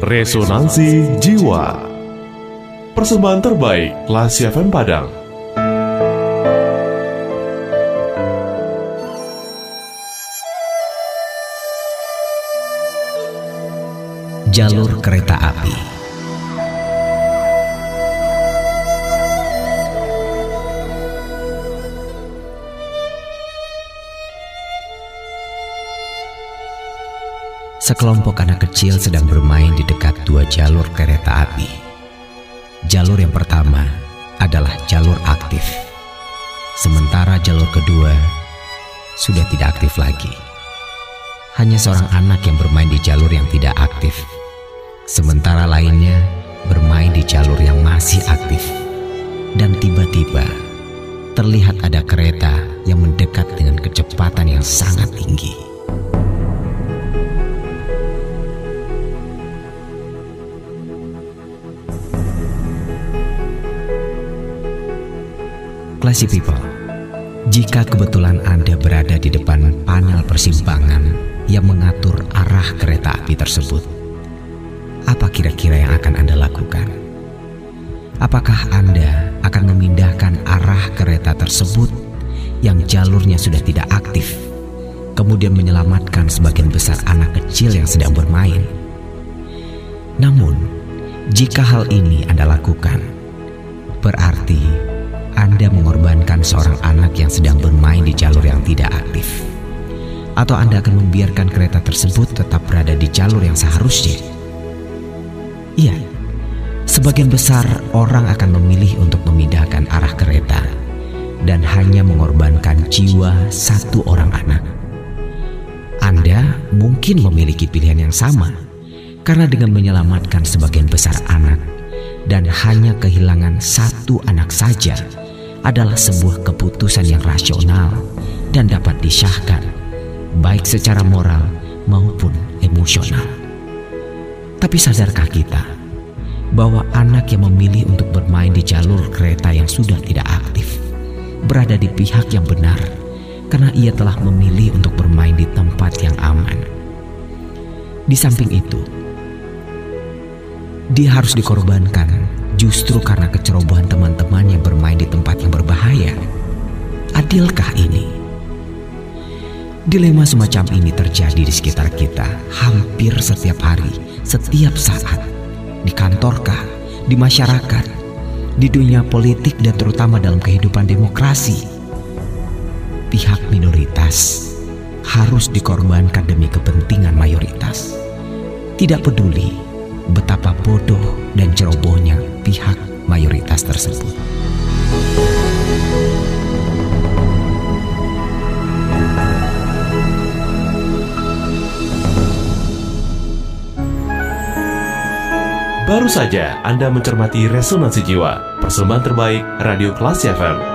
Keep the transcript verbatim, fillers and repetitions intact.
Resonansi Jiwa. Persembahan terbaik Klasik F M Padang. Jalur kereta api. Sekelompok anak kecil sedang bermain di dekat dua jalur kereta api. Jalur yang pertama adalah jalur aktif, sementara jalur kedua sudah tidak aktif lagi. Hanya seorang anak yang bermain di jalur yang tidak aktif, sementara lainnya bermain di jalur yang masih aktif. Dan tiba-tiba terlihat ada kereta yang mendekat dengan kecepatan yang sangat tinggi. Classy people, jika kebetulan Anda berada di depan panel persimpangan yang mengatur arah kereta api tersebut, apa kira-kira yang akan Anda lakukan? Apakah Anda akan memindahkan arah kereta tersebut yang jalurnya sudah tidak aktif, kemudian menyelamatkan sebagian besar anak kecil yang sedang bermain? Namun, jika hal ini Anda lakukan, berarti Anda mengorbankan seorang anak yang sedang bermain di jalur yang tidak aktif. Atau Anda akan membiarkan kereta tersebut tetap berada di jalur yang seharusnya. Iya, sebagian besar orang akan memilih untuk memindahkan arah kereta dan hanya mengorbankan jiwa satu orang anak. Anda mungkin memiliki pilihan yang sama, karena dengan menyelamatkan sebagian besar anak dan hanya kehilangan satu anak saja adalah sebuah keputusan yang rasional dan dapat disahkan, baik secara moral maupun emosional. Tapi sadarkah kita bahwa anak yang memilih untuk bermain di jalur kereta yang sudah tidak aktif berada di pihak yang benar karena ia telah memilih untuk bermain di tempat yang aman? Di samping itu, dia harus dikorbankan justru karena kecerobohan teman-teman yang bermain di tempat yang berbahaya. Adilkah ini? Dilema semacam ini terjadi di sekitar kita hampir setiap hari, setiap saat. Di kantorkah, di masyarakat, di dunia politik, dan terutama dalam kehidupan demokrasi. Pihak minoritas harus dikorbankan demi kepentingan mayoritas. Tidak peduli betapa bodoh dan cerobohnya pihak mayoritas tersebut. Baru saja Anda mencermati Resonansi Jiwa, persembahan terbaik Radio Klasik F M.